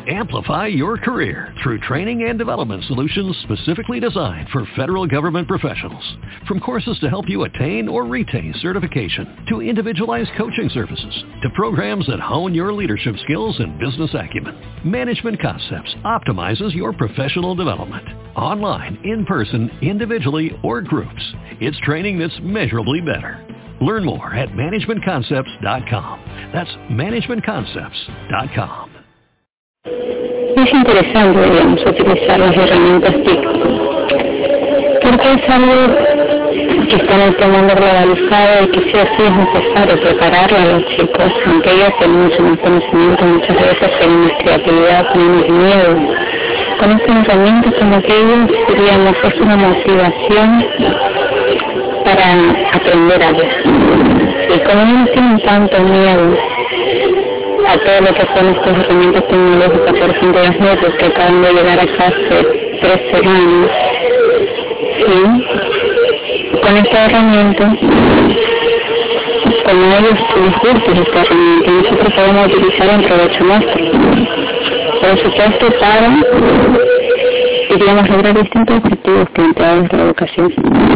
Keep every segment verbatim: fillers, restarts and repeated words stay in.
Amplify your career through training and development solutions specifically designed for federal government professionals. From courses to help you attain or retain certification, to individualized coaching services, to programs that hone your leadership skills and business acumen, Management Concepts optimizes your professional development. Online, in person, individually, or groups, it's training that's measurably better. Learn more at management concepts dot com. That's management concepts dot com. Es interesante, digamos, utilizar las herramientas T I C, porque es algo que está en este mundo globalizado y que sí o sí es necesario prepararlo a los chicos, aunque ellos tienen mucho más conocimiento, muchas veces tienen más creatividad, tienen más miedo. Con estas herramientas como que ellos, diríamos, es una motivación para aprender algo. Y como ellos tienen tanto miedo a todo lo que son estas herramientas tecnológicas, por ejemplo las notas que acaban de llegar acá hace tres semanas, y con esta herramienta, como a ellos les gusta esta herramienta, nosotros podemos utilizar en provecho nuestro. Por supuesto, para, diríamos, lograr distintos objetivos planteados en la educación.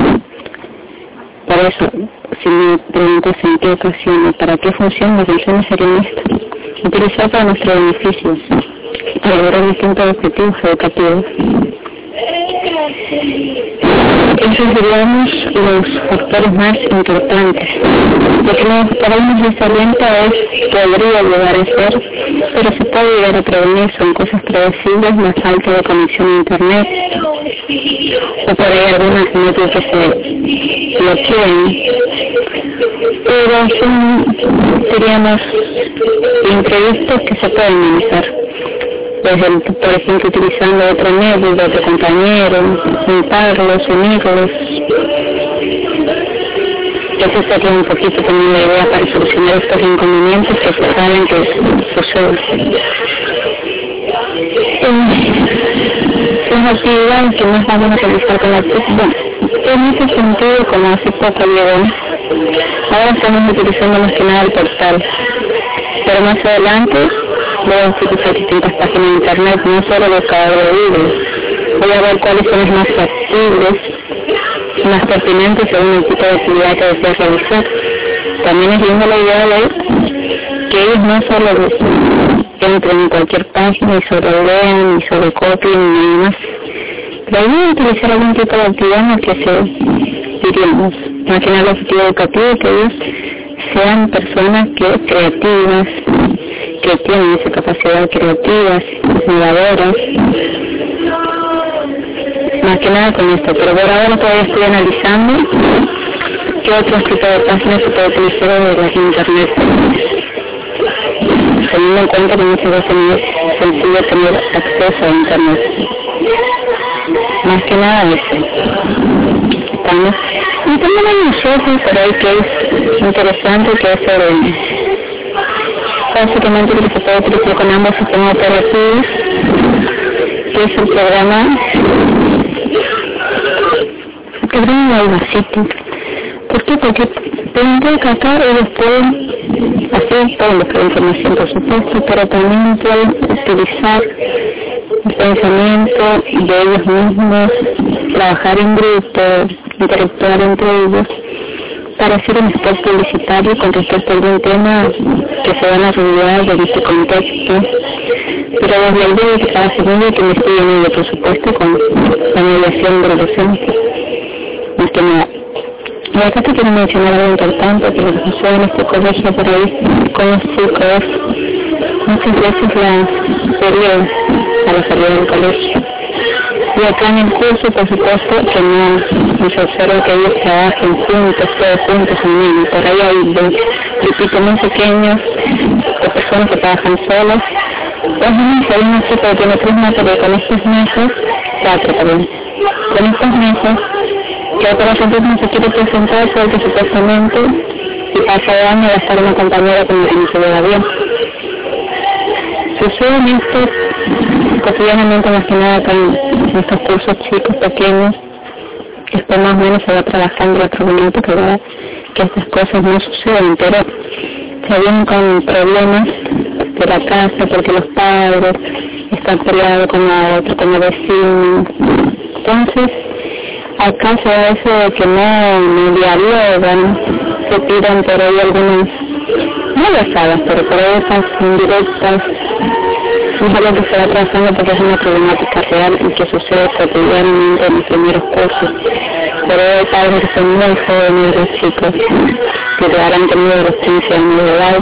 Por eso, si me preguntas en qué ocasión, para qué función, las funciones serían estas: utilizar para nuestro beneficio, para lograr distintos objetivos educativos. Esos diríamos los factores más importantes. Lo que nos podemos desorientar es, podría llegar a ser, pero se puede llegar a prevenir, son cosas predecibles, la falta de conexión a internet, o por ahí algunas métodos que se bloqueen, pero son, diríamos, imprevistos que se pueden minimizar. Desde, por ejemplo, utilizando otro método, otro compañero, juntarlos, unirlos. Eso sería un poquito también la idea para solucionar estos inconvenientes que se saben que suceden. Las actividades que más vamos a realizar con la T I C, bueno, en ese sentido, como hace poco llegó, ahora estamos utilizando más que nada el portal, pero más adelante voy a utilizar distintas páginas de internet, no solo buscador de Google. Voy a ver cuáles son las más factibles, más pertinentes según el tipo de actividad que deseas realizar. También es linda la idea de que ellos no solo entren en cualquier página y solo lean y solo copien y nada más. La idea es utilizar algún tipo de actividad en la que se, diríamos, imaginar el objetivo educativo, que ellos sean personas que creativas, que tienen esa capacidad creativas, innovadoras, más que nada con esto, pero por ahora todavía estoy analizando qué otros tipos de páginas se puede utilizar desde la internet, teniendo en cuenta que muchas veces no es sencillo tener acceso a internet. Más que nada eso. Estamos, y también hay un software por ahí que es interesante, que es el básicamente que se puede utilizar con ambos sistemas operativos, que es el programa el programa Audacity. ¿Por qué? Porque dentro de acá ellos pueden hacer todo lo que es información, por supuesto, pero también pueden utilizar el pensamiento de ellos mismos, trabajar en grupo, interactuar entre ellos, para hacer un spot publicitario con respecto a algún tema que se van a rodear en este contexto, pero desde el día de cada segundo que me estoy uniendo, por supuesto, con la mediación del docente, más que nada. Y acá te quiero mencionar algo importante que lo que sucede en este colegio por ahí con los chicos, muchas veces la periodo a la salida del colegio. Y acá en el curso, por supuesto, que no se observa que ellos trabajen juntos, todos juntos en línea. Por ahí hay grupitos muy pequeños de personas que trabajan solas. Los niños, hay una chica que tiene tres metros, pero con estas mesas, cuatro también, con estas mesas, que por ejemplo no se quiere presentar porque supuestamente si pasa de año va a estar una compañera con la que no se lleva bien. Suceden esto cotidianamente, más que nada con estos cursos chicos pequeños, que después más o menos se va trabajando la problemática, ¿verdad? Que estas cosas no suceden, pero se vienen con problemas de la casa porque los padres está peleado con la otra, con el vecino. Entonces, acá se da eso de que no, no dialogan, se tiran por ahí algunas, no besadas, pero por ahí esas indirectas. Es algo que se va trazando porque es una problemática real y que sucede cotidianamente en los primeros cursos. Pero hay padres que son muy jóvenes, los chicos, que te habrán tenido adolescencia en mi edad.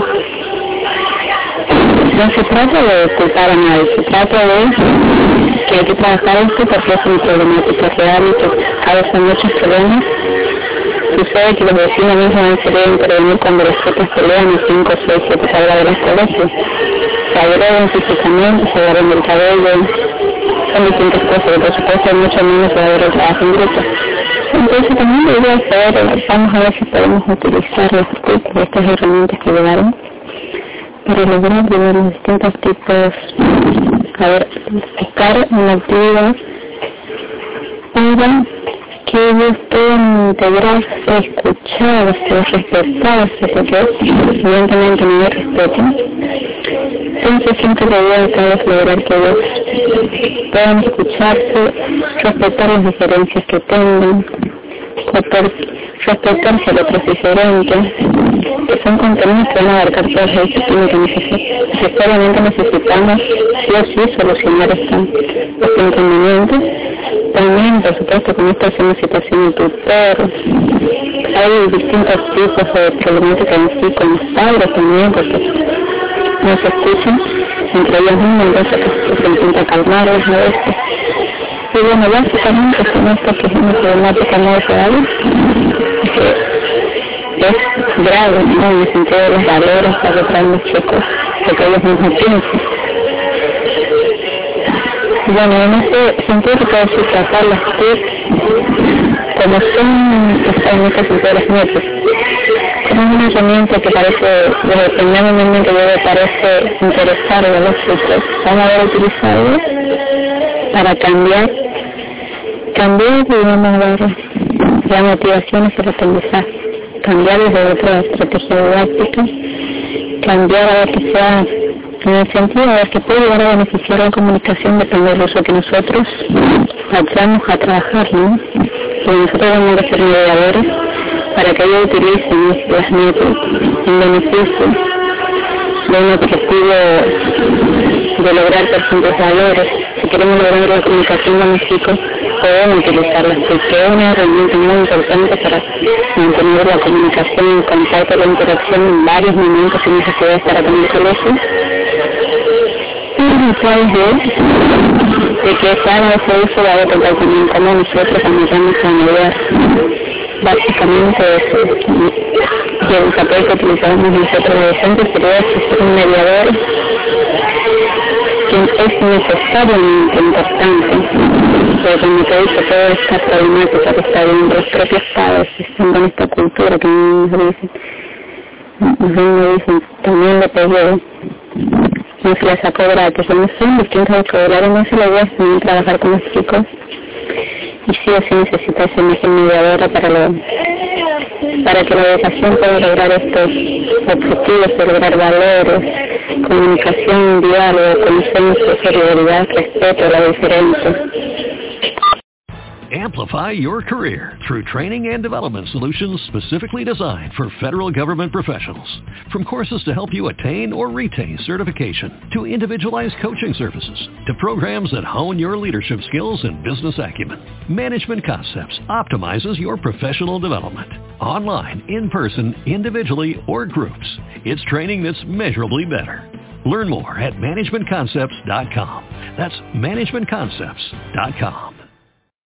No se trata de culpar a nadie, se trata de que hay que trabajar esto porque es una problemática real y que causa muchos problemas. Sucede que los vecinos mismos han querido intervenir cuando las chicas pelean y cinco, seis, siete salgan de los colegios. Se agregan físicamente, se agarran del cabello, son distintas cosas, y por supuesto hay mucho menos de haber el trabajo en grupo. Entonces también debería saber, vamos a ver si podemos utilizar los tipos, estas herramientas que llegaron, para lograr llevar los distintos tipos, a ver, estar en la actividad para que ellos puedan integrarse, escucharse, respetarse, porque evidentemente no hay respeto. Entonces siempre la idea acá es lograr que ellos puedan escucharse, respetar las diferencias que tengan, respetarse a los otros diferentes, que son contenidos que van a abarcar todas las disciplinas que necesariamente necesitamos sí o sí solucionar estos inconvenientes. También, por supuesto, como esta es una situación de tutor, hay distintos tipos de problemáticas en sí con los padres también, porque no se escuchan entre ellos mismos, entonces se intenta calmarlos a veces. Y bueno, básicamente con esto que es una problemática muy real, que es grave, ¿no? En el sentido de los valores que traen los chicos, porque ellos mismos piensan. Bueno, en ese sentido se puede decir tratar las T I C como son, en este sentido, las metas, como una herramienta que parece, desde el primer momento que parece interesarle a los chicos, van a haber utilizado para cambiar, cambiar, digamos, la motivación hacia el aprendizaje, cambiar desde otra estrategia didáctica, cambiar a ver que sea en el sentido de que puede llegar a beneficiar la comunicación depende del uso que nosotros vayamos a trabajar, ¿no? Que nosotros vamos a ser mediadores para que ellos utilicen las metas en beneficio de un objetivo de lograr distintos valores. Si queremos lograr la comunicación con los chicos, podemos utilizarlas, porque es una herramienta muy importante para mantener la comunicación, el contacto, la interacción en varios momentos sin necesidad de estar acá en el colegio. Y puedes ver de que cada ese uso va a depender también cómo nosotros ayudamos a mediar. Básicamente eso, y el papel que utilizamos nosotros de docentes sería ser un mediador que es necesariamente importante, pero como te dice, toda esta problemática que está viendo los propios padres, están con esta cultura que nos dicen, nos dicen, también le pegué, no se les sacó gratis, no son distintos vocabularios, no se les voy a también trabajar con los chicos, y sí o sí necesita esa imagen mediadora para, lo, para que la educación pueda lograr estos objetivos, de lograr valores, comunicación, diálogo, consenso, solidaridad, respeto a la diferencia. Amplify your career through training and development solutions specifically designed for federal government professionals. From courses to help you attain or retain certification, to individualized coaching services, to programs that hone your leadership skills and business acumen, Management Concepts optimizes your professional development. Online, in person, individually, or groups, it's training that's measurably better. Learn more at management concepts dot com. That's management concepts dot com.